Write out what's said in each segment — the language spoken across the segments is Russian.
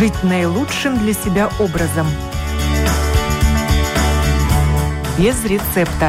жить наилучшим для себя образом. Без рецепта.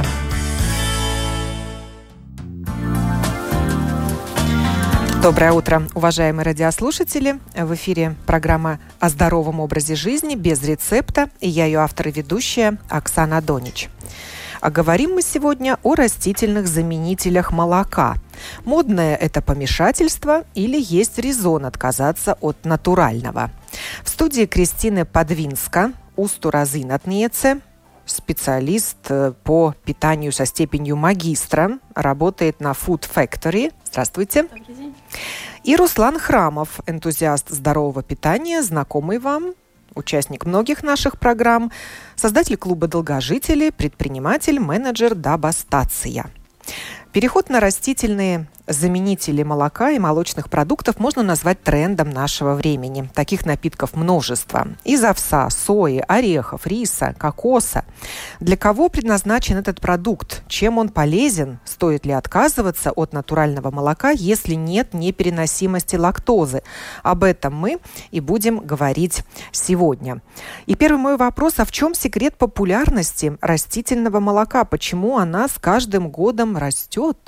Доброе утро, уважаемые радиослушатели. В эфире программа о здоровом образе жизни без рецепта. И я ее автор и ведущая Оксана Донич. А говорим мы сегодня о растительных заменителях молока. Модное это помешательство или есть резон отказаться от натурального? В студии Кристина Подвинска, устуразинатниеце, специалист по питанию со степенью магистра, работает на Food Factory. Здравствуйте. Добрый день. И Руслан Храмов, энтузиаст здорового питания, знакомый вам, участник многих наших программ, создатель клуба долгожителей, предприниматель, менеджер Дабастация. Переход на растительные заменители молока и молочных продуктов можно назвать трендом нашего времени. Таких напитков множество. Из овса, сои, орехов, риса, кокоса. Для кого предназначен этот продукт? Чем он полезен? Стоит ли отказываться от натурального молока, если нет непереносимости лактозы? Об этом мы и будем говорить сегодня. И первый мой вопрос: а в чем секрет популярности растительного молока? Почему она с каждым годом растет?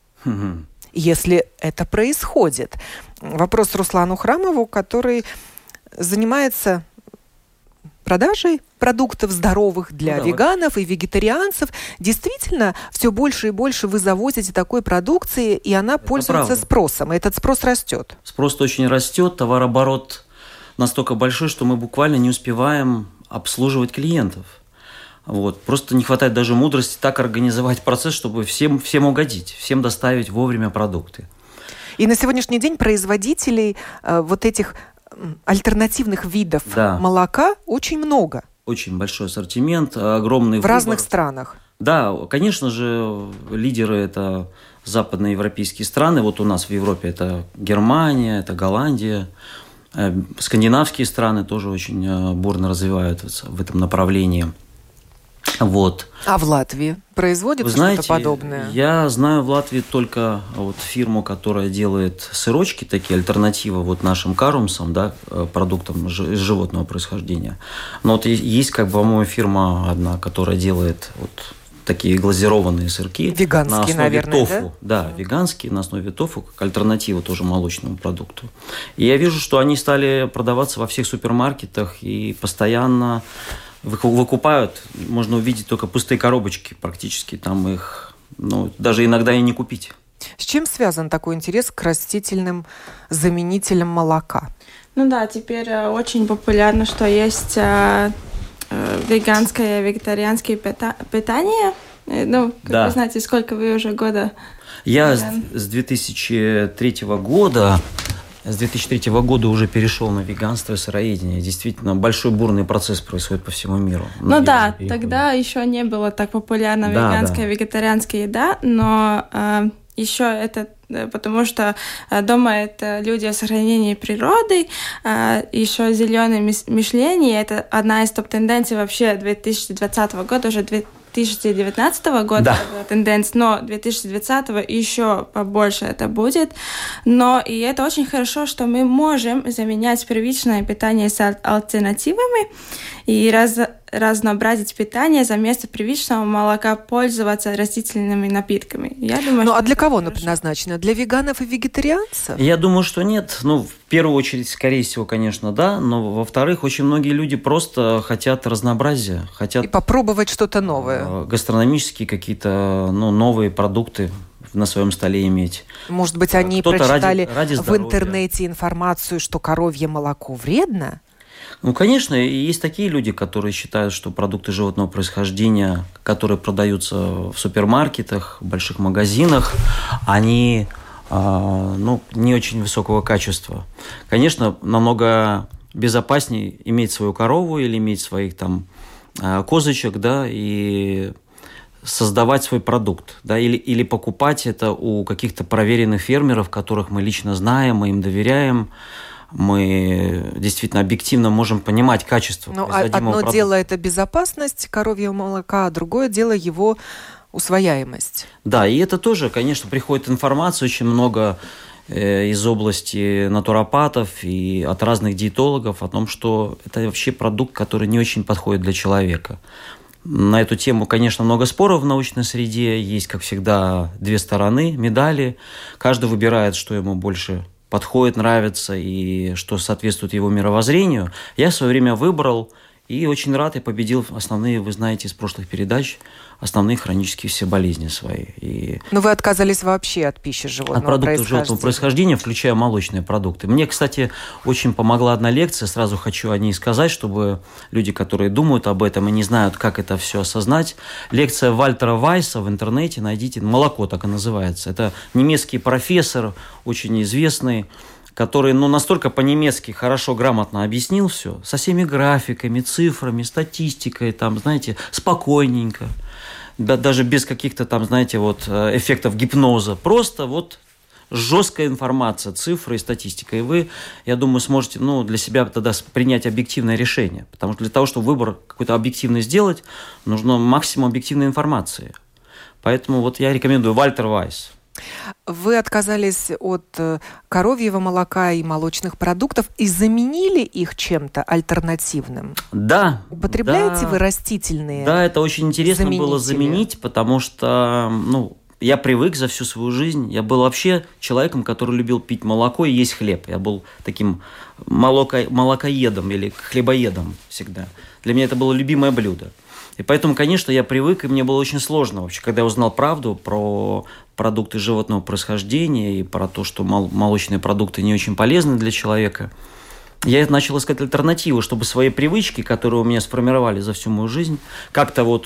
Если это происходит. Вопрос Руслану Храмову, который занимается продажей продуктов здоровых для веганов и вегетарианцев. Действительно, все больше и больше вы завозите такой продукции, и она пользуется спросом. И этот спрос растет. Спрос очень растет, товарооборот настолько большой, что мы буквально не успеваем обслуживать клиентов. Просто не хватает даже мудрости так организовать процесс, чтобы всем угодить, всем доставить вовремя продукты. И на сегодняшний день производителей вот этих альтернативных видов молока очень много. Очень большой ассортимент, огромный выбор. В разных странах. Да, конечно же, лидеры – это западноевропейские страны. Вот у нас в Европе это Германия, это Голландия. Скандинавские страны тоже очень бурно развиваются в этом направлении. А в Латвии производится что-то подобное? Я знаю в Латвии только фирму, которая делает сырочки, такие альтернативы нашим карумсам, продуктам из животного происхождения. Но есть, по-моему, фирма одна, которая делает такие глазированные сырки. Веганские, на основе наверное, тофу. Да, веганские на основе тофу, как альтернатива тоже молочному продукту. И я вижу, что они стали продаваться во всех супермаркетах и постоянно выкупают. Можно увидеть только пустые коробочки практически. Там их даже иногда и не купить. С чем связан такой интерес к растительным заменителям молока? Теперь очень популярно, что есть веганское, вегетарианское питание. Вы знаете, сколько вы уже года? Я с 2003 года... С 2003 года уже перешел на веганство и сыроедение. Действительно, большой бурный процесс происходит по всему миру. Тогда еще не было так популярна веганская, вегетарианская еда, но еще это потому что дома это люди о сохранении природы, еще зеленое мышление. Это одна из топ-тенденций вообще 2020 года, уже 2019 года тенденция, но 2020 еще побольше это будет. И это очень хорошо, что мы можем заменять первичное питание с альтернативами и разнообразить питание за место привычного молока, пользоваться растительными напитками. Я думаю, а для кого оно предназначено? Для веганов и вегетарианцев? Я думаю, что нет. В первую очередь, скорее всего, конечно, да. Но, во-вторых, очень многие люди просто хотят разнообразия. Хотят и попробовать что-то новое. Гастрономические какие-то новые продукты на своем столе иметь. Может быть, они прочитали в интернете информацию, что коровье молоко вредно? Конечно, и есть такие люди, которые считают, что продукты животного происхождения, которые продаются в супермаркетах, в больших магазинах, они не очень высокого качества. Конечно, намного безопаснее иметь свою корову или иметь своих козочек, и создавать свой продукт, или покупать это у каких-то проверенных фермеров, которых мы лично знаем, мы им доверяем. Мы действительно объективно можем понимать качество производимого продукта. Одно дело – это безопасность коровьего молока, а другое дело – его усвояемость. Да, и это тоже, конечно, приходит информация очень много из области натуропатов и от разных диетологов о том, что это вообще продукт, который не очень подходит для человека. На эту тему, конечно, много споров в научной среде. Есть, как всегда, две стороны медали. Каждый выбирает, что ему больше подходит, нравится и что соответствует его мировоззрению. Я в свое время выбрал и очень рад, и победил основные, вы знаете, из прошлых передач, основные хронические все болезни свои. Но вы отказались вообще от пищи животного происхождения? От продуктов животного происхождения, включая молочные продукты. Мне, кстати, очень помогла одна лекция, сразу хочу о ней сказать, чтобы люди, которые думают об этом и не знают, как это все осознать. Лекция Вальтера Вайса в интернете, найдите, «Молоко» так и называется. Это немецкий профессор, очень известный, который настолько по-немецки хорошо, грамотно объяснил все, со всеми графиками, цифрами, статистикой, там, знаете, спокойненько, даже без каких-то там, знаете, эффектов гипноза. Просто жесткая информация, цифры и статистика. И вы, я думаю, сможете для себя тогда принять объективное решение. Потому что для того, чтобы выбор какой-то объективный сделать, нужно максимум объективной информации. Поэтому я рекомендую Вальтер Вайс. Вы отказались от коровьего молока и молочных продуктов и заменили их чем-то альтернативным? Да. Употребляете вы растительные? Да, это очень интересно было заменить, потому что, я привык за всю свою жизнь. Я был вообще человеком, который любил пить молоко и есть хлеб. Я был таким молокоедом или хлебоедом всегда. Для меня это было любимое блюдо. И поэтому, конечно, я привык, и мне было очень сложно вообще, когда я узнал правду про продукты животного происхождения и про то, что молочные продукты не очень полезны для человека. Я начал искать альтернативы, чтобы свои привычки, которые у меня сформировали за всю мою жизнь, как-то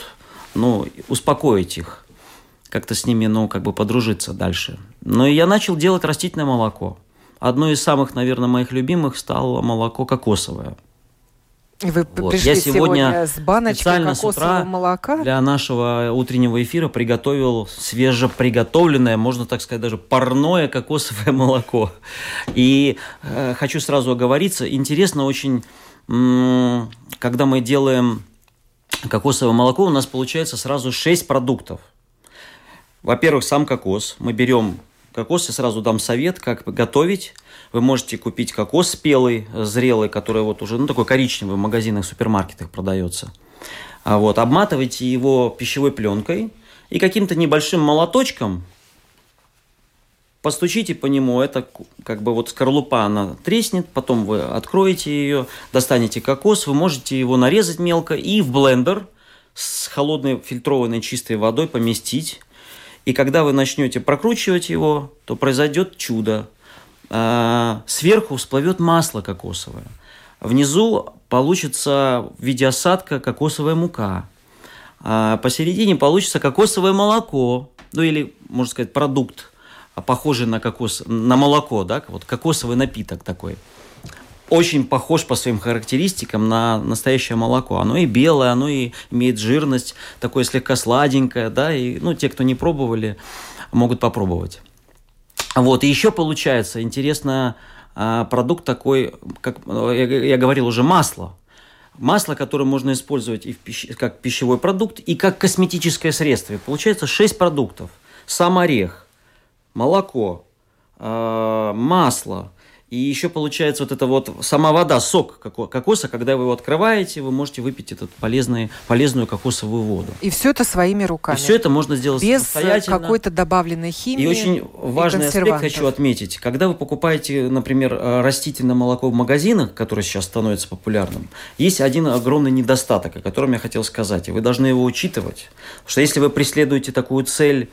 успокоить их, как-то с ними, подружиться дальше. И я начал делать растительное молоко. Одно из самых, наверное, моих любимых стало молоко кокосовое. Вы пришли сегодня с баночкой кокосового молока? Для нашего утреннего эфира приготовил свежеприготовленное, можно так сказать, даже парное кокосовое молоко. И хочу сразу оговориться, интересно очень, когда мы делаем кокосовое молоко, у нас получается сразу 6 продуктов. Во-первых, сам кокос. Мы берем кокос, я сразу дам совет, как готовить. Вы можете купить кокос спелый, зрелый, который уже такой коричневый в магазинах, в супермаркетах продается. Обматывайте его пищевой пленкой и каким-то небольшим молоточком постучите по нему. Это скорлупа, она треснет, потом вы откроете ее, достанете кокос, вы можете его нарезать мелко и в блендер с холодной фильтрованной чистой водой поместить. И когда вы начнете прокручивать его, то произойдет чудо. Сверху всплывет масло кокосовое. Внизу получится в виде осадка кокосовая мука. Посередине получится кокосовое молоко. Или, можно сказать, продукт, похожий на молоко. Да? Кокосовый напиток такой. Очень похож по своим характеристикам на настоящее молоко. Оно и белое, оно и имеет жирность, такое слегка сладенькое. Да? И, те, кто не пробовали, могут попробовать. И еще получается интересно продукт такой, как я говорил уже, масло. Масло, которое можно использовать и как пищевой продукт, и как косметическое средство. И получается 6 продуктов. Сам орех, молоко, масло. И еще получается сама вода, сок кокоса. Когда вы его открываете, вы можете выпить эту полезную кокосовую воду. И все это своими руками. И все это можно сделать самостоятельно. Без какой-то добавленной химии. И очень важный аспект хочу отметить. Когда вы покупаете, например, растительное молоко в магазинах, которое сейчас становится популярным, есть один огромный недостаток, о котором я хотел сказать. И вы должны его учитывать. Потому что если вы преследуете такую цель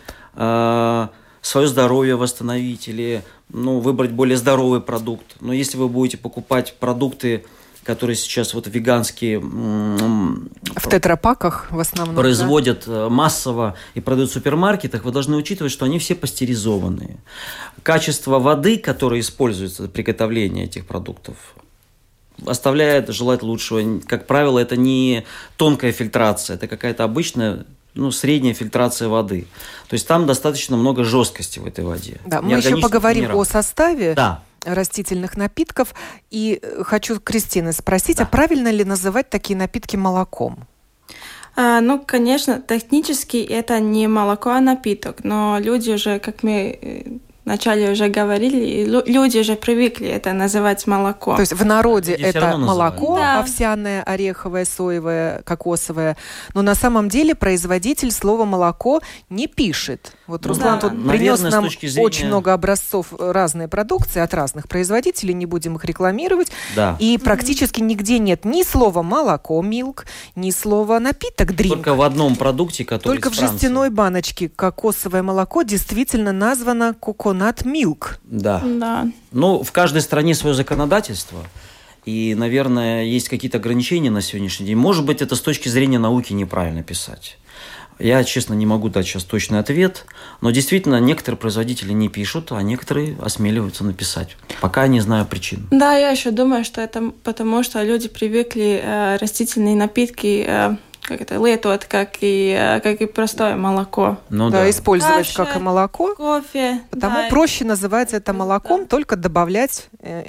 свое здоровье восстановить или выбрать более здоровый продукт. Но если вы будете покупать продукты, которые сейчас веганские в тетрапаках в основном производят массово и продают в супермаркетах, вы должны учитывать, что они все пастеризованные. Качество воды, которая используется для приготовления этих продуктов, оставляет желать лучшего. Как правило, это не тонкая фильтрация, это какая-то обычная средняя фильтрация воды. То есть там достаточно много жесткости в этой воде. Да, мы еще поговорим о составе растительных напитков. И хочу Кристины спросить, а правильно ли называть такие напитки молоком? Конечно, технически это не молоко, а напиток. Но люди уже, как мы вначале уже говорили, и люди уже привыкли это называть молоко. То есть в народе это молоко, да. овсяное, ореховое, соевое, кокосовое, но на самом деле производитель слово «молоко» не пишет. Вот Руслан тут принес нам очень много образцов разной продукции от разных производителей, не будем их рекламировать, и практически нигде нет ни слова «молоко», «милк», ни слова «напиток», «дринк». Только в одном продукте, который только в жестяной баночке кокосовое молоко действительно названо «coconut milk». Да. Ну, в каждой стране свое законодательство. И, наверное, есть какие-то ограничения на сегодняшний день. Может быть, это с точки зрения науки неправильно писать. Я, честно, не могу дать сейчас точный ответ. Но действительно, некоторые производители не пишут, а некоторые осмеливаются написать. Пока не знаю причин. Да, я еще думаю, что это потому, что люди привыкли растительные напитки летовать, как и простое молоко. Использовать каша, как и молоко. Кофе. Потому проще называть это молоком, только добавлять,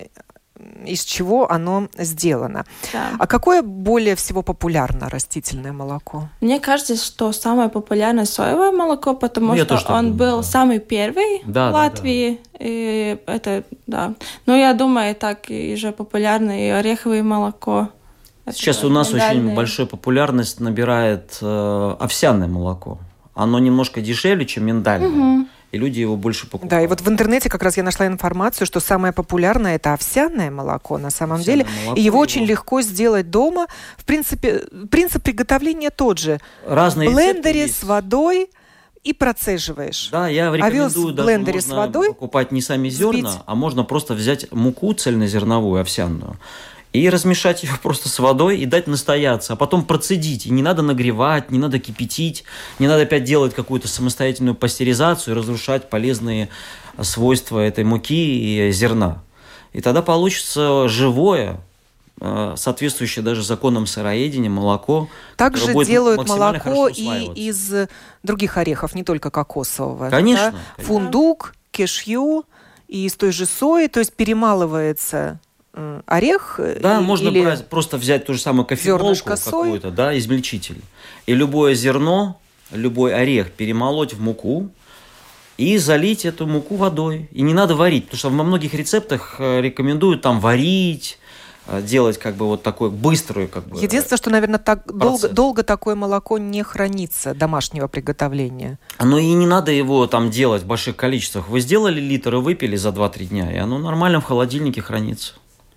из чего оно сделано. Да. А какое более всего популярно растительное молоко? Мне кажется, что самое популярное соевое молоко, потому что он был самый первый в Латвии. И это, Но я думаю, так и же популярно и ореховое молоко. Сейчас у нас очень большую популярность набирает овсяное молоко. Оно немножко дешевле, чем миндальное. И люди его больше покупают. Да, и вот в интернете как раз я нашла информацию, что самое популярное – это овсяное молоко на самом деле. И его очень легко сделать дома. В принципе, принцип приготовления тот же. Разные в блендере с водой и процеживаешь. Да, я рекомендую даже можно покупать не сами зерна, а можно просто взять муку цельнозерновую, овсяную, и размешать ее просто с водой и дать настояться, а потом процедить. И не надо нагревать, не надо кипятить, не надо опять делать какую-то самостоятельную пастеризацию и разрушать полезные свойства этой муки и зерна. И тогда получится живое, соответствующее даже законам сыроедения, молоко. Также делают молоко и из других орехов, не только кокосового. Конечно. Да? Фундук, кешью и из той же сои, то есть перемалывается орех. Да, можно просто взять ту же самую кофемолку какую-то, измельчитель. И любое зерно, любой орех перемолоть в муку и залить эту муку водой. И не надо варить, потому что во многих рецептах рекомендуют там варить, делать такой быструю Единственное, что, наверное, так долго такое молоко не хранится домашнего приготовления. Но и не надо его там делать в больших количествах. Вы сделали литр и выпили за 2-3 дня, и оно нормально в холодильнике хранится.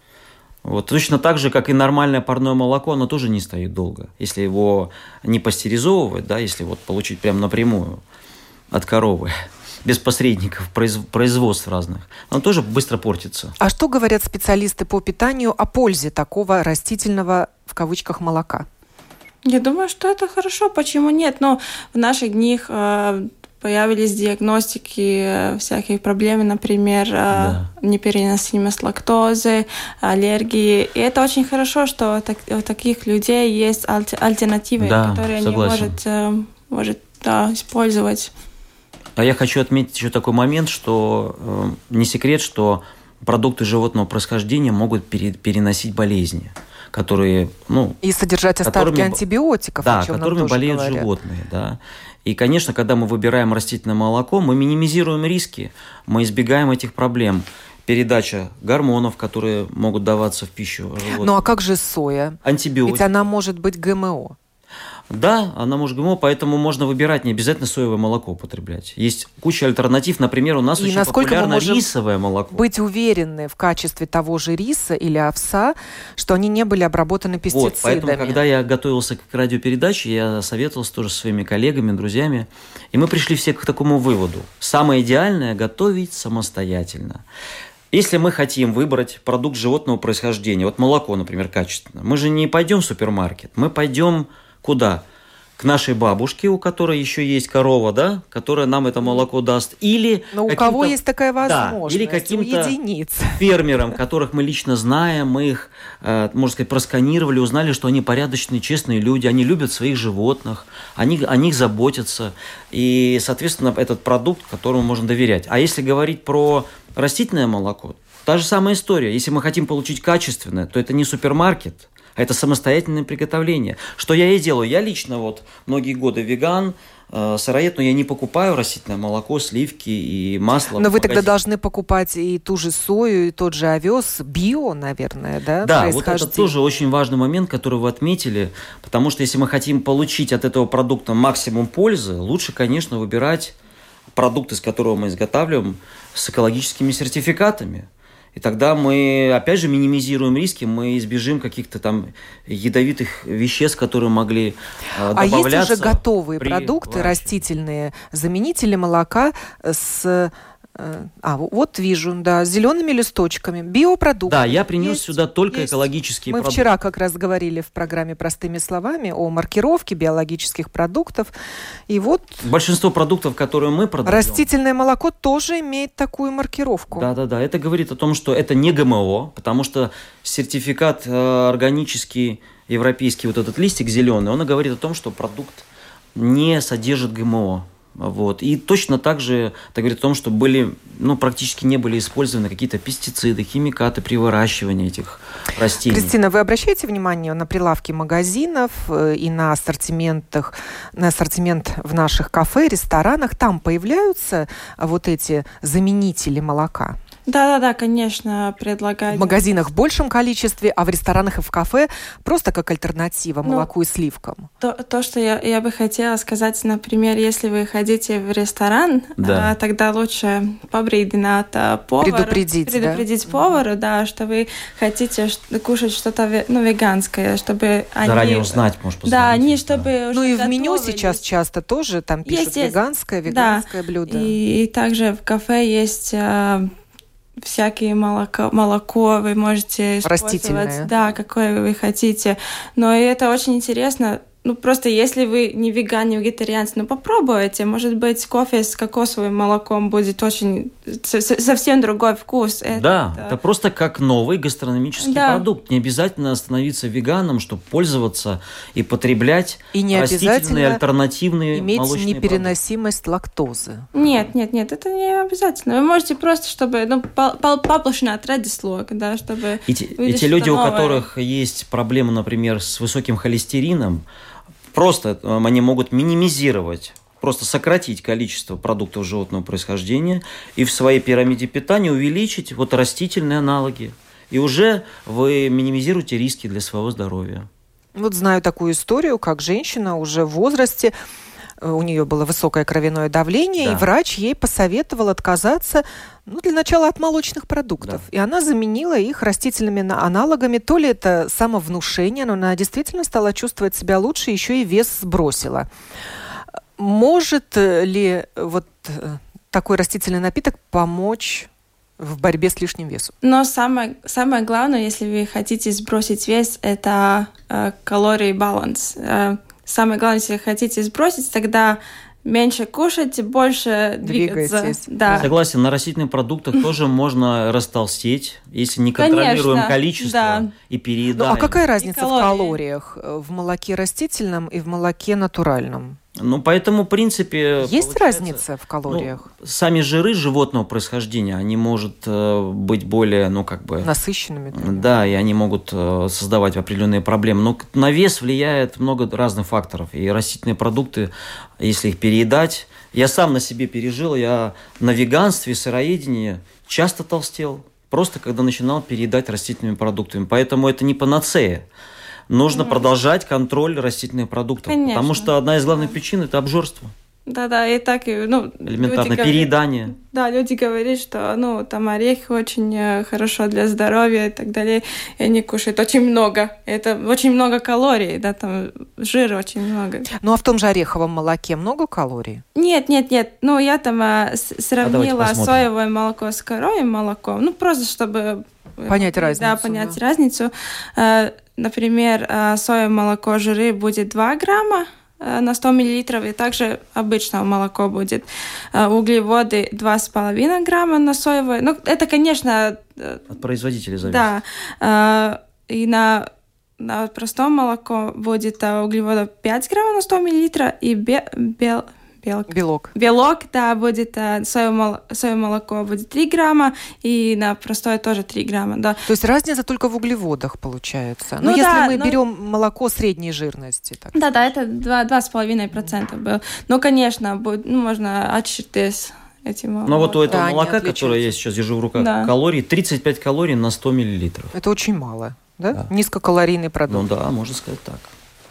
Вот. Точно так же, как и нормальное парное молоко, оно тоже не стоит долго. Если его не пастеризовывать, если получить прямо напрямую от коровы, без посредников, производств разных, оно тоже быстро портится. А что говорят специалисты по питанию о пользе такого растительного, в кавычках, молока? Я думаю, что это хорошо, почему нет? Но в наших днях появились диагностики всяких проблем, например, непереносимость лактозы, аллергии. И это очень хорошо, что у таких людей есть альтернативы, которые они может использовать. А я хочу отметить еще такой момент, что не секрет, что продукты животного происхождения могут переносить болезни, которые... и содержать остатки антибиотиков, о чем которыми болеют животные. Да. И, конечно, когда мы выбираем растительное молоко, мы минимизируем риски, мы избегаем этих проблем. Передача гормонов, которые могут даваться в пищу животным. А как же соя? Антибиотики. Ведь она может быть ГМО. Да, она может ГМО, поэтому можно выбирать, не обязательно соевое молоко употреблять. Есть куча альтернатив. Например, у нас очень популярно рисовое молоко. Быть уверены в качестве того же риса или овса, что они не были обработаны пестицидами. Поэтому, когда я готовился к радиопередаче, я советовался тоже со своими коллегами, друзьями, и мы пришли все к такому выводу. Самое идеальное – готовить самостоятельно. Если мы хотим выбрать продукт животного происхождения, молоко, например, качественное, мы же не пойдем в супермаркет, мы пойдем куда? К нашей бабушке, у которой еще есть корова, которая нам это молоко даст. Или у кого есть такая возможность, или каким-то фермерам, которых мы лично знаем, мы их, можно сказать, просканировали, узнали, что они порядочные, честные люди, они любят своих животных, они о них заботятся. И, соответственно, этот продукт, которому можно доверять. А если говорить про растительное молоко, та же самая история. Если мы хотим получить качественное, то это не супермаркет, Это самостоятельное приготовление. Что я и делаю. Я лично вот многие годы веган, сыроед, но я не покупаю растительное молоко, сливки и масло. Но вы тогда должны покупать и ту же сою, и тот же овес, био, наверное, да? Да, вот это тоже очень важный момент, который вы отметили, потому что если мы хотим получить от этого продукта максимум пользы, лучше, конечно, выбирать продукт, из которого мы изготавливаем, с экологическими сертификатами. И тогда мы, опять же, минимизируем риски, мы избежим каких-то там ядовитых веществ, которые могли добавляться. А есть уже готовые продукты растительные, заменители молока с... вот вижу, да, с зелеными листочками. Биопродукты. Да, я принес сюда только экологические продукты. Мы вчера как раз говорили в программе «Простыми словами» о маркировке биологических продуктов. И вот... Большинство продуктов, которые мы продаем... Растительное молоко тоже имеет такую маркировку. Да. Это говорит о том, что это не ГМО, потому что сертификат органический, европейский, вот этот листик зеленый, он говорит о том, что продукт не содержит ГМО. Вот. И точно так же это говорит о том, что практически не были использованы какие-то пестициды, химикаты при выращивании этих растений. Кристина, вы обращаете внимание на прилавки магазинов и на ассортимент в наших кафе, ресторанах? Там появляются вот эти заменители молока? Да, конечно, предлагают. В магазинах в большем количестве, а в ресторанах и в кафе просто как альтернатива молоку и сливкам. То, что я бы хотела сказать, например, если вы ходите в ресторан, тогда лучше побридинāt повара. Предупредить повару, что вы хотите кушать что-то веганское, чтобы они... Заранее узнать, может, позвонить. Да, они чтобы уже и в меню сейчас часто тоже там пишут веганское блюдо. И также в кафе есть... всякие молоко вы можете использовать. Растительное. Да, какое вы хотите. Но это очень интересно. Просто если вы не веган, не вегетарианец, попробуйте. Может быть, кофе с кокосовым молоком будет совсем другой вкус. Это просто как новый гастрономический продукт. Не обязательно становиться веганом, чтобы пользоваться и потреблять и не растительные альтернативные иметь молочные непереносимость лактозы. Нет, это не обязательно. Вы можете просто, чтобы поплощинать радислог, чтобы... Эти люди, у которых есть проблемы, например, с высоким холестерином, просто они могут минимизировать, просто сократить количество продуктов животного происхождения и в своей пирамиде питания увеличить растительные аналоги. И уже вы минимизируете риски для своего здоровья. Знаю такую историю, как женщина уже в возрасте, у нее было высокое кровяное давление, и врач ей посоветовал отказаться, для начала от молочных продуктов. И она заменила их растительными аналогами. То ли это самовнушение, но она действительно стала чувствовать себя лучше, еще и вес сбросила. Может ли такой растительный напиток помочь в борьбе с лишним весом? Но самое главное, если вы хотите сбросить вес, это калорий баланс. Самое главное, если хотите сбросить, тогда меньше кушать, больше двигаться. Да. Согласен, на растительных продуктах тоже можно растолстеть, если не контролируем количество и переедаем. А какая разница в калориях в молоке растительном и в молоке натуральном? По этому принципе... Есть разница в калориях? Сами жиры животного происхождения, они могут быть более, насыщенными. Да, и они могут создавать определенные проблемы. Но на вес влияет много разных факторов. И растительные продукты, если их переедать... Я сам на себе пережил, я на веганстве, сыроедении часто толстел. Просто когда начинал переедать растительными продуктами. Поэтому это не панацея. Нужно продолжать контроль растительных продуктов. Конечно. Потому что одна из главных причин – это обжорство. Да, и так... элементарно переедание. Да, люди говорят, что там орехи очень хорошо для здоровья и так далее. И они кушают очень много. Это очень много калорий, там жира очень много. А в том же ореховом молоке много калорий? Нет. Я там сравнила соевое молоко с коровьим молоком. Просто чтобы... Понять разницу. Да, понять разницу. Например, соевое молоко жиры будет 2 грамма на 100 миллилитров, и также обычное молоко будет. Углеводы 2,5 грамма на соевое. Это, конечно... От производителя зависит. Да. И на простом молоко будет углеводов 5 граммов на 100 миллилитров, и Белок, да, будет соевое молоко будет 3 грамма, и на простое тоже 3 грамма, да. То есть разница только в углеводах получается. Ну, если мы берем молоко средней жирности. Так. Да, это 2,5% было. Ну, конечно, будет, можно отчитать этим. Но вот у этого молока, которое я сейчас держу в руках, калорий 35 калорий на 100 миллилитров. Это очень мало, да? Низкокалорийный продукт. Ну да, можно сказать так.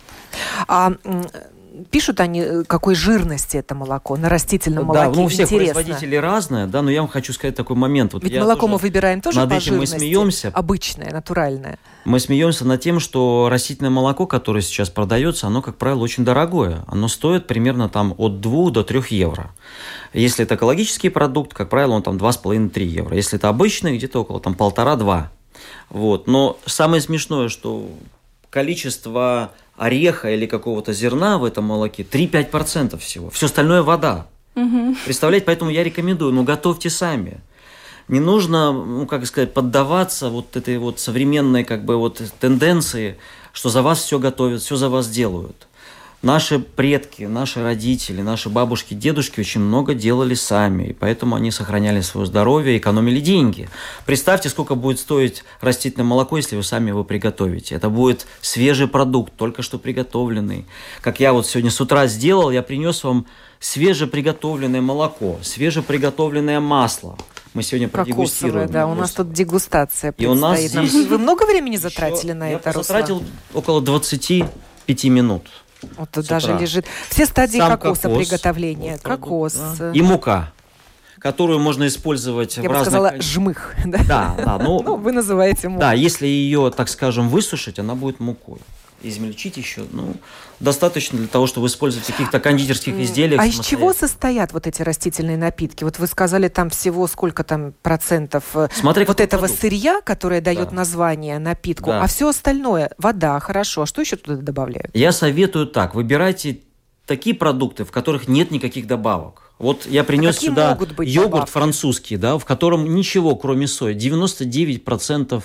А пишут они, какой жирности это молоко, на растительном молоке. Да, у всех производителей разное, да, но я вам хочу сказать такой момент. Ведь молоко мы выбираем тоже по жирности, мы смеемся, обычное, натуральное. Мы смеемся над тем, что растительное молоко, которое сейчас продается, оно, как правило, очень дорогое. Оно стоит примерно там от 2 до 3 евро. Если это экологический продукт, как правило, он там 2,5-3 евро. Если это обычный, где-то около там 1,5-2. Вот. Но самое смешное, что количество ореха или какого-то зерна в этом молоке 3-5% всего. Все остальное вода. Представляете, поэтому я рекомендую, готовьте сами. Не нужно, поддаваться вот этой вот современной тенденции, что за вас все готовят, все за вас делают. Наши предки, наши родители, наши бабушки, дедушки очень много делали сами, и поэтому они сохраняли свое здоровье, экономили деньги. Представьте, сколько будет стоить растительное молоко, если вы сами его приготовите. Это будет свежий продукт, только что приготовленный. Как я вот сегодня с утра сделал, я принес вам свежеприготовленное молоко, свежеприготовленное масло. Мы сегодня продегустируем. Да, у нас тут дегустация предстоит. И у нас здесь вы много времени затратили на это, Руслан? Я затратил около 25 минут. Вот тут даже лежит. Все стадии кокоса приготовления. Кокос. Да. И мука, которую можно использовать в разных... Я бы сказала, жмых. Да. Вы называете муку. Да, если ее, так скажем, высушить, она будет мукой. Измельчить еще, достаточно для того, чтобы использовать в каких-то кондитерских изделиях. А из чего состоят вот эти растительные напитки? Вот вы сказали, там всего сколько там процентов вот этого сырья, которое дает название напитку, а все остальное, вода, хорошо. А что еще туда добавляют? Я советую так, выбирайте такие продукты, в которых нет никаких добавок. Вот я принес сюда йогурт добавки? Французский, в котором ничего, кроме сои, 99%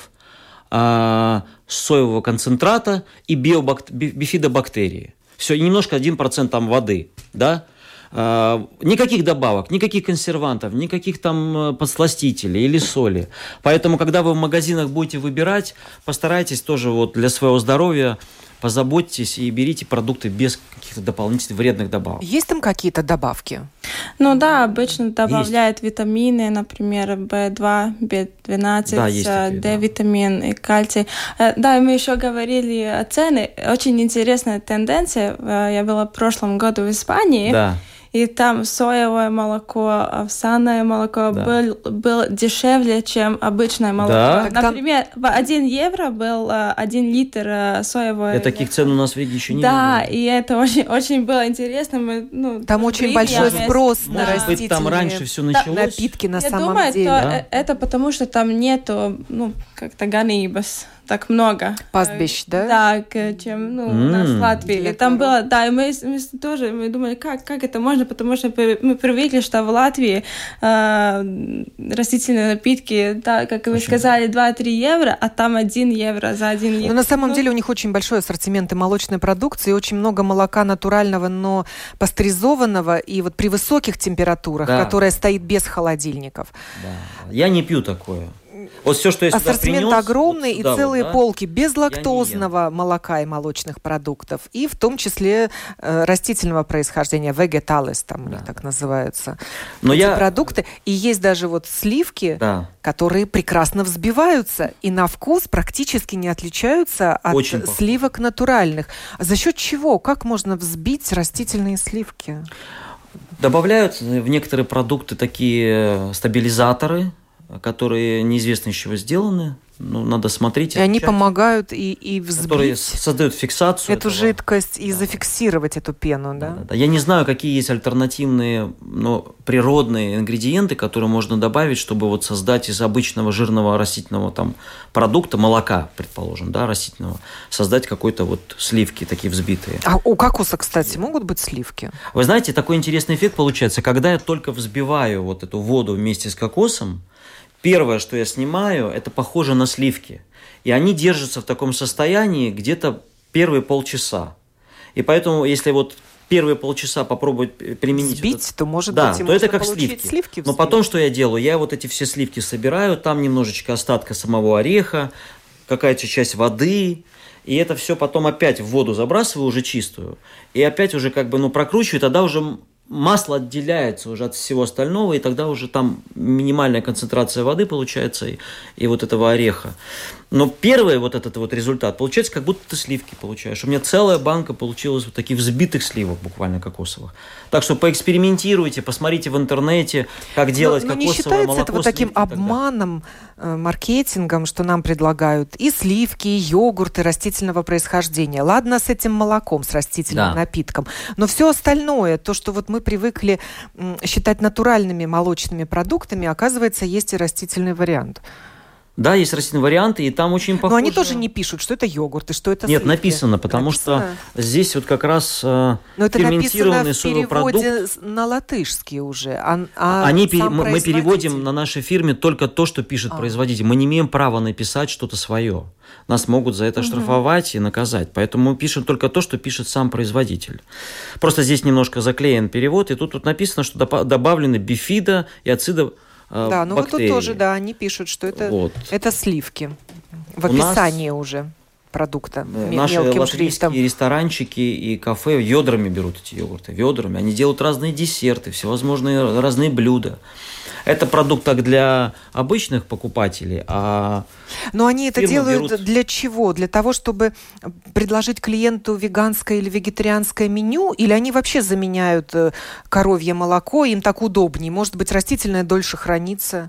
соевого концентрата и бифидобактерии. Все, и немножко 1% там воды, да? Никаких добавок, никаких консервантов, никаких там подсластителей или соли. Поэтому, когда вы в магазинах будете выбирать, постарайтесь тоже вот для своего здоровья позаботьтесь и берите продукты без каких-то дополнительных вредных добавок. Есть там какие-то добавки? Обычно добавляют витамины, например, B2, B12, D-витамин и кальций. Да, и мы еще говорили о цене. Очень интересная тенденция. Я была в прошлом году в Испании. Да. И там соевое молоко, овсяное молоко было дешевле, чем обычное молоко. Да? Например, 1 евро был 1 литр соевое. Таких цен у нас в Риге еще не было. Да, и это очень, очень было интересно. Там очень большой спрос на растительные там раньше все началось. Напитки на самом деле. Я думаю, это потому, что там нету, как-то ганибас. Так много. Пастбищ, да? Да, чем у нас в Латвии. И там было, и мы тоже думали, как это можно, потому что мы привыкли, что в Латвии растительные напитки, как вы сказали, 2-3 евро, а там 1 евро за 1 литр. Но на самом деле у них очень большой ассортимент и молочной продукции, очень много молока натурального, но пастеризованного, и вот при высоких температурах, которое стоит без холодильников. Да. Я не пью такое. Вот все, что я сюда ассортимент принес, огромный, и целые полки безлактозного молока и молочных продуктов, и в том числе растительного происхождения, vegetales, там у них так называются эти продукты. И есть даже вот сливки, которые прекрасно взбиваются, и на вкус практически не отличаются от сливок натуральных. А за счет чего? Как можно взбить растительные сливки? Добавляют в некоторые продукты такие стабилизаторы, которые неизвестно из чего сделаны. Надо смотреть. И они помогают и взбить. Которые создают фиксацию. Эту жидкость и зафиксировать эту пену, да? Я не знаю, какие есть альтернативные, природные ингредиенты, которые можно добавить, чтобы вот создать из обычного жирного растительного продукта, молока, предположим, растительного, создать какой-то сливки такие взбитые. А у кокоса, кстати, могут быть сливки? Вы знаете, такой интересный эффект получается, когда я только взбиваю вот эту воду вместе с кокосом, первое, что я снимаю, это похоже на сливки. И они держатся в таком состоянии где-то первые полчаса. И поэтому, если первые полчаса попробовать применить. Взбить, то, может быть, и то это как сливки. Но потом что я делаю? Я вот эти все сливки собираю, там немножечко остатка самого ореха, какая-то часть воды, и это все потом опять в воду забрасываю уже чистую, и опять уже прокручиваю, тогда уже масло отделяется уже от всего остального, и тогда уже там минимальная концентрация воды получается и вот этого ореха. Но первый вот этот вот результат получается, как будто ты сливки получаешь. У меня целая банка получилась вот таких взбитых сливок, буквально кокосовых. Так что поэкспериментируйте, посмотрите в интернете, как делать кокосовое молоко. Не считается это вот таким обманом, маркетингом, что нам предлагают и сливки, и йогурты растительного происхождения. Ладно, с этим молоком, с растительным напитком. Но все остальное, то, что вот мы привыкли считать натуральными молочными продуктами, оказывается, есть и растительный вариант. Да, есть растительные варианты, и там очень похоже. Но они тоже не пишут, что это йогурт и что это сливки. Нет, написано, потому что здесь вот как раз ферментированный соевый продукт. Но это написано в переводе на латышский уже. Мы переводим на нашей фирме только то, что пишет производитель. Мы не имеем права написать что-то свое. Нас могут за это штрафовать и наказать. Поэтому мы пишем только то, что пишет сам производитель. Просто здесь немножко заклеен перевод, и тут написано, что добавлены бифида и ацидо. Да, ну вот тут тоже, они пишут, что это сливки в описании уже продукта. Наши латвийские ресторанчики и кафе ведрами берут эти йогурты, ведрами. Они делают разные десерты, всевозможные разные блюда. Это продукт так для обычных покупателей, Но они это делают для чего? Для того, чтобы предложить клиенту веганское или вегетарианское меню? Или они вообще заменяют коровье молоко, им так удобнее? Может быть, растительное дольше хранится?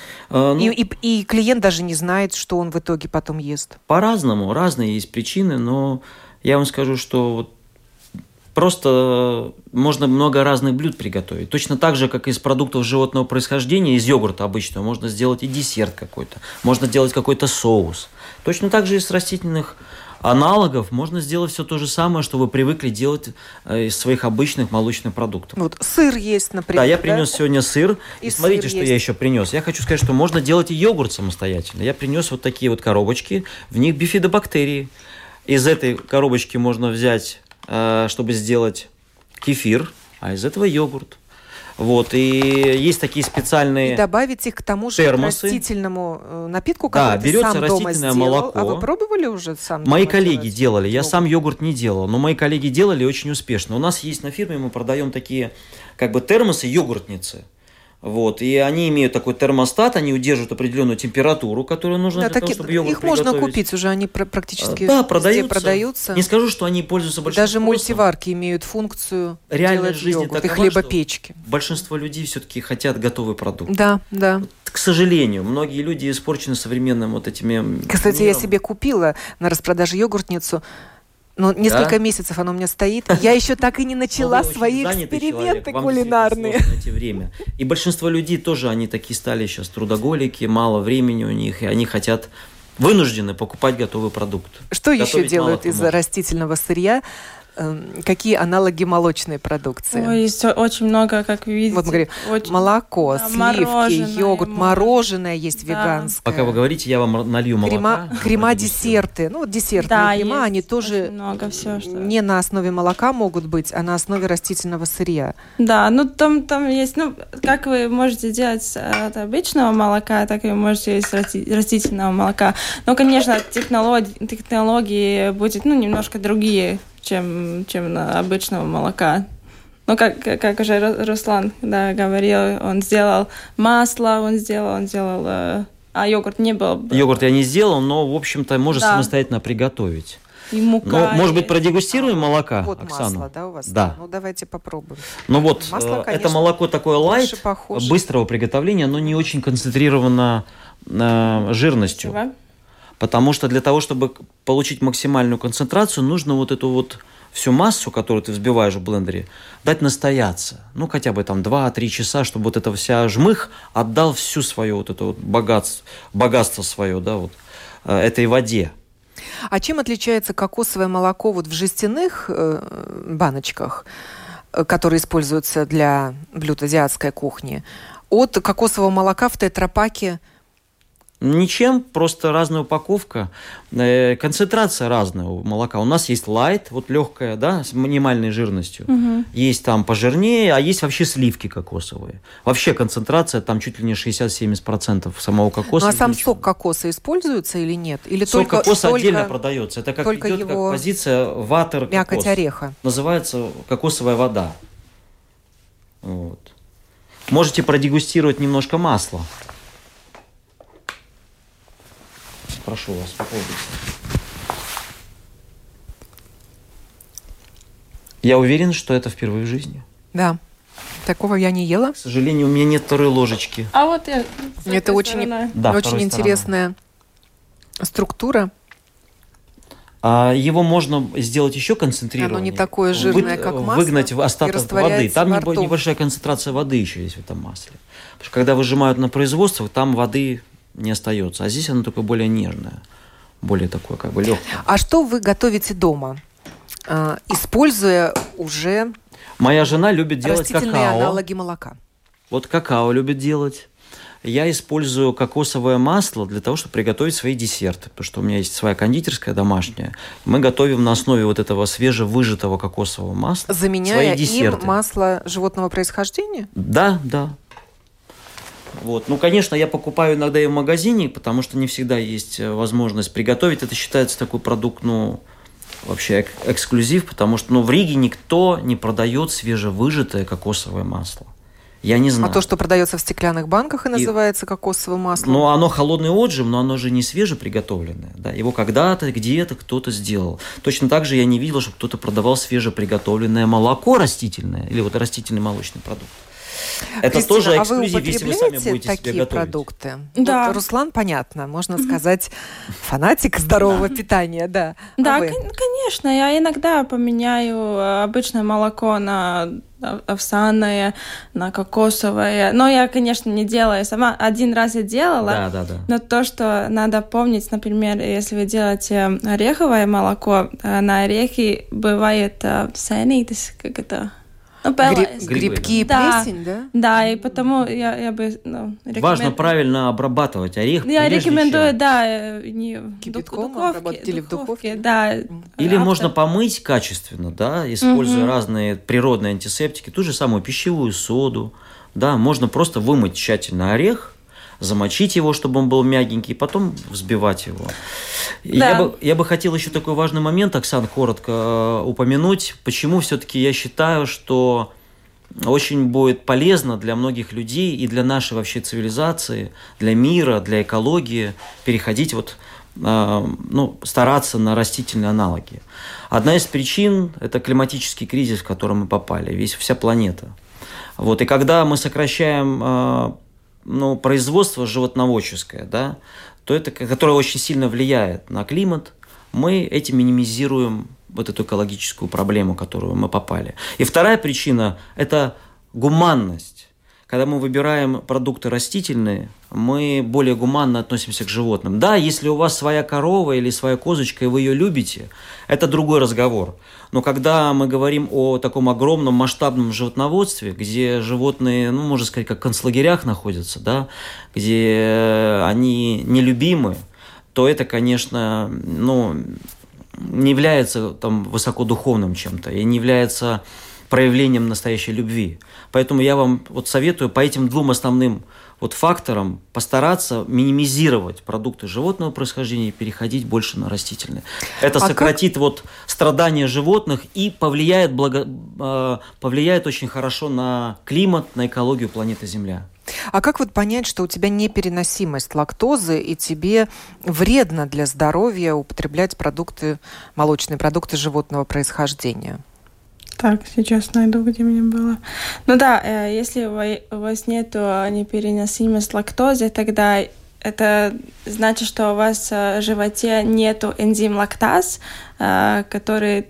И клиент даже не знает, что он в итоге потом ест? По-разному. Разные есть причины, но я вам скажу, что просто можно много разных блюд приготовить. Точно так же, как из продуктов животного происхождения, из йогурта обычного, можно сделать и десерт какой-то, можно сделать какой-то соус. Точно так же из растительных аналогов можно сделать все то же самое, что вы привыкли делать из своих обычных молочных продуктов. Вот сыр есть, например. Да, я принес сегодня сыр. И смотрите, что я еще принес. Я хочу сказать, что можно делать и йогурт самостоятельно. Я принес вот такие вот коробочки, в них бифидобактерии. Из этой коробочки можно взять, чтобы сделать кефир, а из этого йогурт. И есть такие специальные термосы. И добавить их к тому же растительному напитку, который ты берется сам дома сделал. Молоко. А вы пробовали уже сам дома? Мои коллеги делали. Я сам йогурт не делал, но мои коллеги делали очень успешно. У нас есть на фирме, мы продаем такие термосы, йогуртницы. И они имеют такой термостат, они удерживают определенную температуру, которую нужно для того, чтобы йогурт их приготовить. Можно купить уже, они практически везде продаются. Не скажу, что они пользуются большим Даже мультиварки имеют функцию делать йогурт, и хлебопечки. Большинство людей все-таки хотят готовый продукт. Да. К сожалению, многие люди испорчены современным этими... Кстати, я себе купила на распродаже йогуртницу. Но несколько месяцев оно у меня стоит. Я еще так и не начала свои эксперименты кулинарные. Время. И большинство людей тоже, они такие стали сейчас трудоголики, мало времени у них, и они хотят, вынуждены покупать готовый продукт. Что еще делают из растительного сырья? Какие аналоги молочной продукции? Есть очень много, как вы видите. Вот мы говорим, молоко, сливки, йогурт, мороженое есть веганское. Пока вы говорите, я вам налью молока. Крема-десерты. Десертные крема, они тоже не на основе молока могут быть, а на основе растительного сырья. Да, там есть, как вы можете делать от обычного молока, так и вы можете из растительного молока. Но, конечно, технологии будут немножко другие, чем на обычного молока. Но как уже Руслан говорил, он сделал масло, он сделал, а йогурт не был. Йогурт я не сделал, но, в общем-то, можно самостоятельно приготовить. И мука. Может быть, продегустируем молока, вот Оксана? Масло, да, у вас? Да. Давайте попробуем. Масло, это молоко такое лайт, быстрого приготовления, но не очень концентрировано жирностью. Спасибо. Потому что для того, чтобы получить максимальную концентрацию, нужно эту всю массу, которую ты взбиваешь в блендере, дать настояться. Хотя бы 2-3 часа, чтобы эта вся жмых отдал всю свое богатство свое, этой воде. А чем отличается кокосовое молоко в жестяных баночках, которые используются для блюд азиатской кухни, от кокосового молока в тетрапаке Ничем, просто разная упаковка, концентрация разная у молока. У нас есть лайт, вот легкая, да, с минимальной жирностью. Есть там пожирнее, а есть вообще сливки кокосовые. Вообще концентрация там чуть ли не 60-70% самого кокоса. Ну, а сам сок кокоса используется или нет? Или сок кокоса отдельно продается. Это как идет его как позиция ватер мякоть ореха. Называется кокосовая вода. Вот. Можете продегустировать немножко масла. Прошу вас, попробуйте. Я уверен, что это впервые в жизни. Да. Такого я не ела. К сожалению, у меня нет второй ложечки. А вот я... Это очень интересная структура. Его можно сделать еще концентрированнее. Оно не такое жирное, как масло. Выгнать остаток воды. Там небольшая концентрация воды еще есть в этом масле. Потому что когда выжимают на производство, там воды не остается. А здесь оно только более нежное. Более такое, как бы легкое. А что вы готовите дома, используя уже моя жена любит делать растительные какао. аналоги молока? Вот какао любит делать. Я использую кокосовое масло для того, чтобы приготовить свои десерты. Потому что у меня есть своя кондитерская домашняя. Мы готовим на основе вот этого свежевыжатого кокосового масла заменяя свои десерты. им масло животного происхождения? Да, да. Вот. Ну, конечно, я покупаю иногда и в магазине, потому что не всегда есть возможность приготовить. Это считается такой продукт, вообще эксклюзив, потому что в Риге никто не продает свежевыжатое кокосовое масло. Я не знаю. А то, что продается в стеклянных банках и называется кокосовым маслом? Ну, оно холодный отжим, но оно же не свежеприготовленное. Да? Его когда-то, где-то кто-то сделал. Точно так же я не видел, чтобы кто-то продавал свежеприготовленное молоко растительное или вот растительный молочный продукт. Это Кристина, тоже а эксклюзив, вы если вы сами будете такие себе готовить. продукты? Да. Вот Руслан, понятно, можно сказать, фанатик здорового питания, да. Да, конечно, я иногда поменяю обычное молоко на овсяное, на кокосовое. Но я, конечно, не делаю сама. Один раз я делала. Да. Но то, что надо помнить, например, если вы делаете ореховое молоко, на орехи бывает сенитис, как это... Грибки и плесень, да? Да, и потому я бы рекомендую... Важно правильно обрабатывать орех. Я рекомендую, не кипятком обработать или в духовке. Да. Или можно помыть качественно, да, используя разные природные антисептики, ту же самую пищевую соду, да, можно просто вымыть тщательно орех, замочить его, чтобы он был мягенький, и потом взбивать его. Да. Я бы хотел еще такой важный момент, Оксан, коротко упомянуть, почему все-таки я считаю, что очень будет полезно для многих людей и для нашей вообще цивилизации, для мира, для экологии переходить стараться на растительные аналоги. Одна из причин – это климатический кризис, в который мы попали, вся планета. Вот, и когда мы сокращаем производство животноводческое, да, которое очень сильно влияет на климат, мы этим минимизируем вот эту экологическую проблему, в которую мы попали. И вторая причина – это гуманность. Когда мы выбираем продукты растительные, мы более гуманно относимся к животным. Да, если у вас своя корова или своя козочка, и вы ее любите, это другой разговор. Но когда мы говорим о таком огромном масштабном животноводстве, где животные, можно сказать, как в концлагерях находятся, да, где они нелюбимы, то это, конечно, не является высокодуховным чем-то и не является проявлением настоящей любви. Поэтому я вам советую по этим двум основным факторам постараться минимизировать продукты животного происхождения и переходить больше на растительные. Это сократит страдания животных и повлияет очень хорошо на климат, на экологию планеты Земля. А как понять, что у тебя непереносимость лактозы и тебе вредно для здоровья употреблять молочные продукты животного происхождения? Так, сейчас найду, где мне было. Если у вас нет непереносимости лактозы, тогда это значит, что у вас в животе нет энзима лактаз, который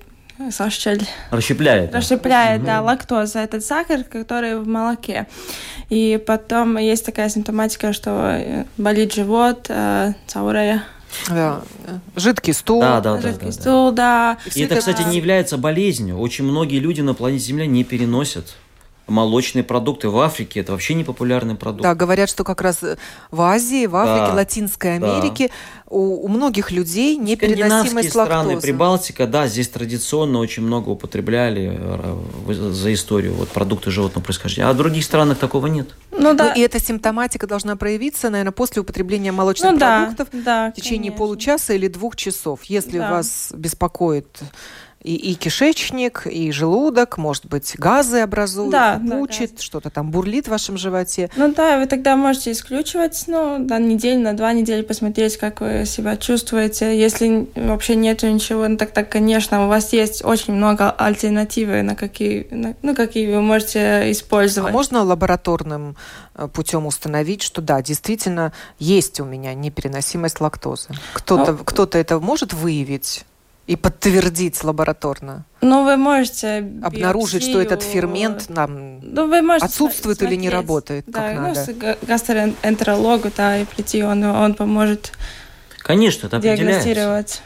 расщепляет, лактозу, этот сахар, который в молоке. И потом есть такая симптоматика, что болит живот, цаурая. Да. Жидкий стул. Жидкий стул. И это, кстати, не является болезнью. Очень многие люди на планете Земля не переносят молочные продукты в Африке – это вообще не популярный продукт. Да, говорят, что как раз в Азии, в Африке, Латинской Америке у многих людей непереносимость лактозы. Страны, Прибалтика, да, здесь традиционно очень много употребляли за историю продукты животного происхождения. А в других странах такого нет. И эта симптоматика должна проявиться, наверное, после употребления молочных продуктов в течение получаса или 2 часов. Если вас беспокоит и кишечник, и желудок, может быть, газы образуются, пучит, что-то там бурлит в вашем животе. Вы тогда можете исключивать, неделю, на 2 недели посмотреть, как вы себя чувствуете. Если вообще нет ничего, тогда, конечно, у вас есть очень много альтернативы, на какие вы можете использовать. А можно лабораторным путем установить, что да, действительно есть у меня непереносимость лактозы? Кто-то это может выявить и подтвердить лабораторно? Вы можете обнаружить, что этот фермент отсутствует или не работает как надо. Гастроэнтерологу, и прийти, он поможет. Конечно, это диагностировать. Определяется.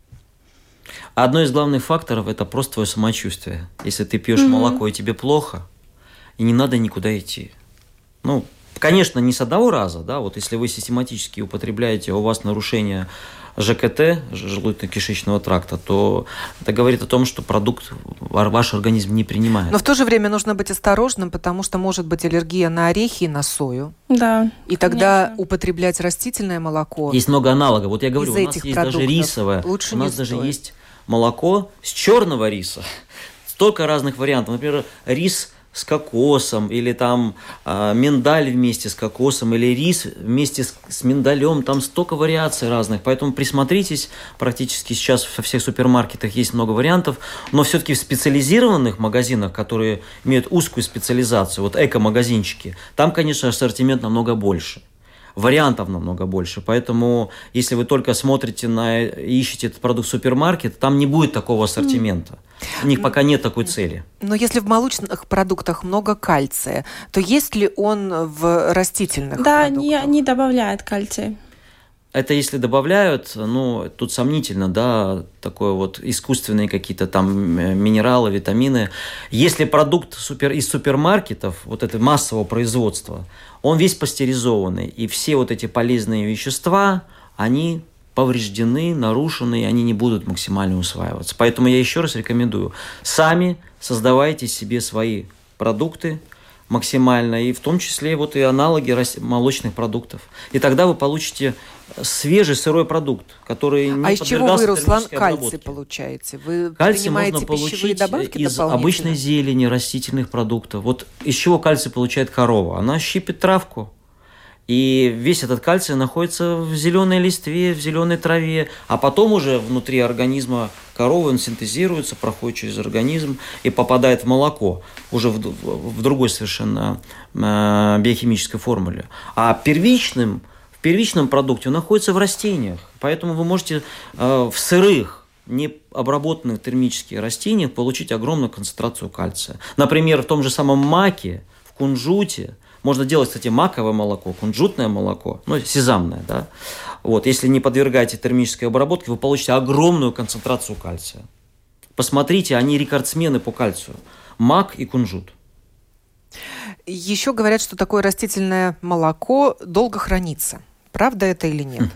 Одно из главных факторов – это просто твое самочувствие. Если ты пьешь молоко и тебе плохо, и не надо никуда идти. Конечно, не с одного раза, если вы систематически употребляете, у вас нарушение ЖКТ, желудочно-кишечного тракта, то это говорит о том, что продукт ваш организм не принимает. Но в то же время нужно быть осторожным, потому что может быть аллергия на орехи и на сою. Да. И тогда употреблять растительное молоко. Есть много аналогов. Я говорю, у нас есть даже рисовое. У нас даже есть молоко с черного риса. Столько разных вариантов. Например, рис с кокосом, или там миндаль вместе с кокосом, или рис вместе с миндалем, там столько вариаций разных, поэтому присмотритесь, практически сейчас во всех супермаркетах есть много вариантов, но все-таки в специализированных магазинах, которые имеют узкую специализацию, эко-магазинчики, там, конечно, ассортимент намного больше. Вариантов намного больше, поэтому если вы только смотрите ищете этот продукт в супермаркете, там не будет такого ассортимента. У них пока нет такой цели. Но если в молочных продуктах много кальция, то есть ли он в растительных продуктах? Да, не добавляют кальций. Это если добавляют, тут сомнительно, такое искусственные какие-то там минералы, витамины. Если продукт из супермаркетов, это массового производства, он весь пастеризованный, и все эти полезные вещества, они повреждены, нарушены, и они не будут максимально усваиваться. Поэтому я еще раз рекомендую, сами создавайте себе свои продукты максимально, и в том числе и аналоги молочных продуктов. И тогда вы получите свежий сырой продукт, который не подвергался термической обработке. А из чего вы, Руслан, кальций получаете? Вы принимаете пищевые добавки из обычной зелени, растительных продуктов. Из чего кальций получает корова? Она щипит травку. И весь этот кальций находится в зеленой листве, в зеленой траве, а потом уже внутри организма коровы он синтезируется, проходит через организм и попадает в молоко, уже в другой совершенно биохимической формуле. А в первичном продукте он находится в растениях, поэтому вы можете в сырых, необработанных термически растениях получить огромную концентрацию кальция. Например, в том же самом маке, в кунжуте, можно делать, кстати, маковое молоко, кунжутное молоко, сезамное, если не подвергаете термической обработке, вы получите огромную концентрацию кальция. Посмотрите, они рекордсмены по кальцию. Мак и кунжут. Еще говорят, что такое растительное молоко долго хранится. Правда это или нет?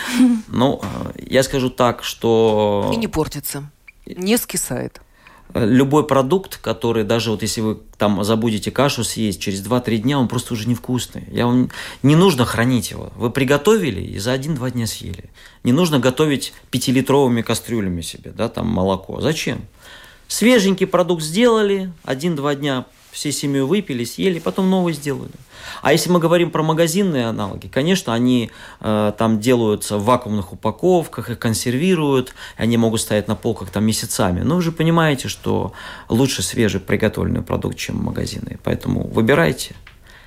Я скажу так, что... И не портится, не скисает. Любой продукт, который даже если вы там забудете кашу съесть, через 2-3 дня он просто уже невкусный. Вам не нужно хранить его. Вы приготовили и за 1-2 дня съели. Не нужно готовить 5-литровыми кастрюлями себе, молоко. Зачем? Свеженький продукт сделали, 1-2 дня всей семьей выпили, съели, потом новый сделали. А если мы говорим про магазинные аналоги, конечно, они там делаются в вакуумных упаковках, их консервируют, они могут стоять на полках месяцами. Но вы же понимаете, что лучше свежий приготовленный продукт, чем магазинные. Поэтому выбирайте,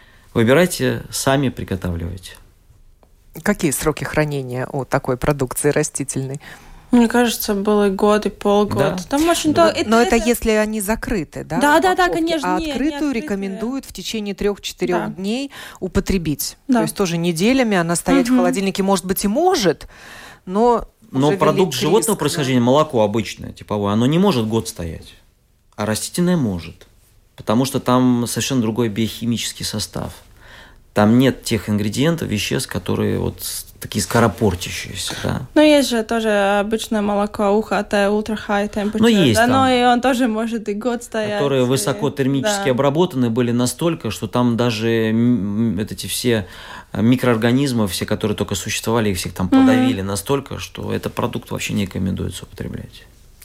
сами приготавливайте. Какие сроки хранения у такой продукции растительной? Мне кажется, было год и полгода. Да. Там очень Но это если они закрыты, да? Да, конечно. А открытую рекомендуют в течение 3-4 дней употребить. То есть тоже неделями она стоять в холодильнике, может быть, и может, но продукт животного происхождения, молоко обычное, типовое, оно не может год стоять, а растительное может. потому что там совершенно другой биохимический состав. Там нет тех ингредиентов, веществ, которые вот такие скоропортящиеся, да. Ну, есть же тоже обычное молоко УХТ, ультра-хай температура. Ну, есть да, но и он тоже может и год стоять. Которые высоко термически обработаны были настолько, что там даже эти все микроорганизмы, все, которые только существовали, их всех там подавили настолько, что этот продукт вообще не рекомендуется употреблять.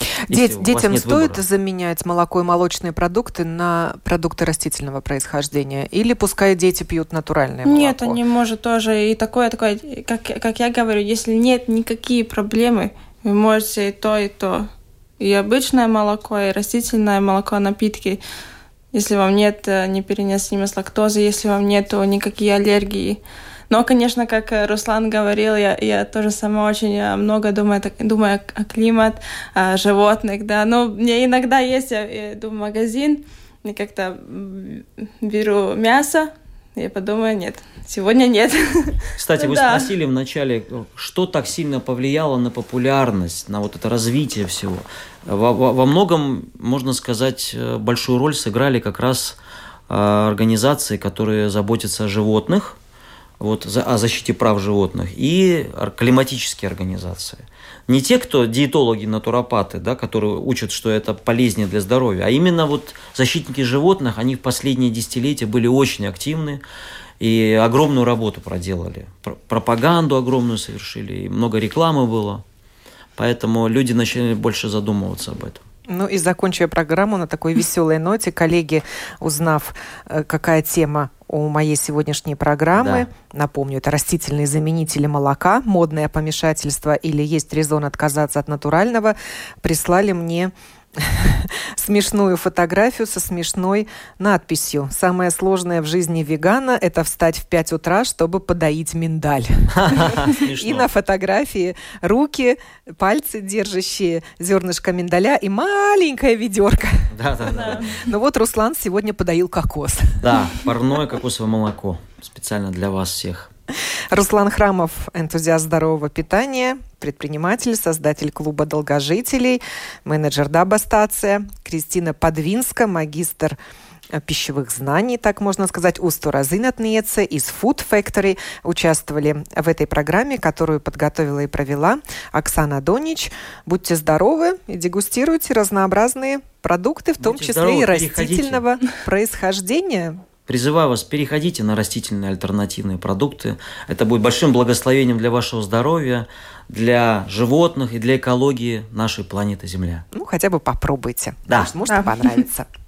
Детям стоит заменять молоко и молочные продукты на продукты растительного происхождения? Или пускай дети пьют натуральное молоко? Нет, они могут тоже. И такое, как я говорю, если нет никакие проблемы, вы можете и то, и то. И обычное молоко, и растительное молоко, напитки. Если вам нет непереносимости лактозы, если вам нет никакие аллергии. Но, конечно, как Руслан говорил, я тоже сама очень много думаю о климате, о животных, да. Но мне иногда есть, я иду в магазин, и как-то беру мясо, и я подумаю, нет, сегодня нет. Кстати, вы спросили вначале, что так сильно повлияло на популярность, на вот это развитие всего. Во многом, можно сказать, большую роль сыграли как раз организации, которые заботятся о животных, вот, о защите прав животных, и климатические организации. Не те, кто диетологи, натуропаты, да, которые учат, что это полезнее для здоровья, а именно вот защитники животных, они в последние десятилетия были очень активны и огромную работу проделали. Пропаганду огромную совершили, и много рекламы было. Поэтому люди начали больше задумываться об этом. Ну и закончив программу на такой веселой ноте, коллеги, узнав, какая тема у моей сегодняшней программы, напомню, это растительные заменители молока, модное помешательство или есть резон отказаться от натурального, прислали мне смешную фотографию со смешной надписью. Самое сложное в жизни вегана – это встать в 5 утра, чтобы подоить миндаль. И на фотографии руки, пальцы, держащие зернышко миндаля, и маленькая ведерко. Да. Ну вот Руслан сегодня подоил кокос. Да, парное кокосовое молоко. Специально для вас всех. Руслан Храмов, энтузиаст здорового питания, предприниматель, создатель клуба долгожителей, менеджер Дабастация, Кристина Подвинска, магистр пищевых знаний, так можно сказать, Устуразинатниеце из Food Factory, участвовали в этой программе, которую подготовила и провела Оксана Донич. Будьте здоровы и дегустируйте разнообразные продукты, в том числе и растительного происхождения. Призываю вас, переходите на растительные альтернативные продукты. Это будет большим благословением для вашего здоровья, для животных и для экологии нашей планеты Земля. Ну, хотя бы попробуйте. Да. Может, понравится.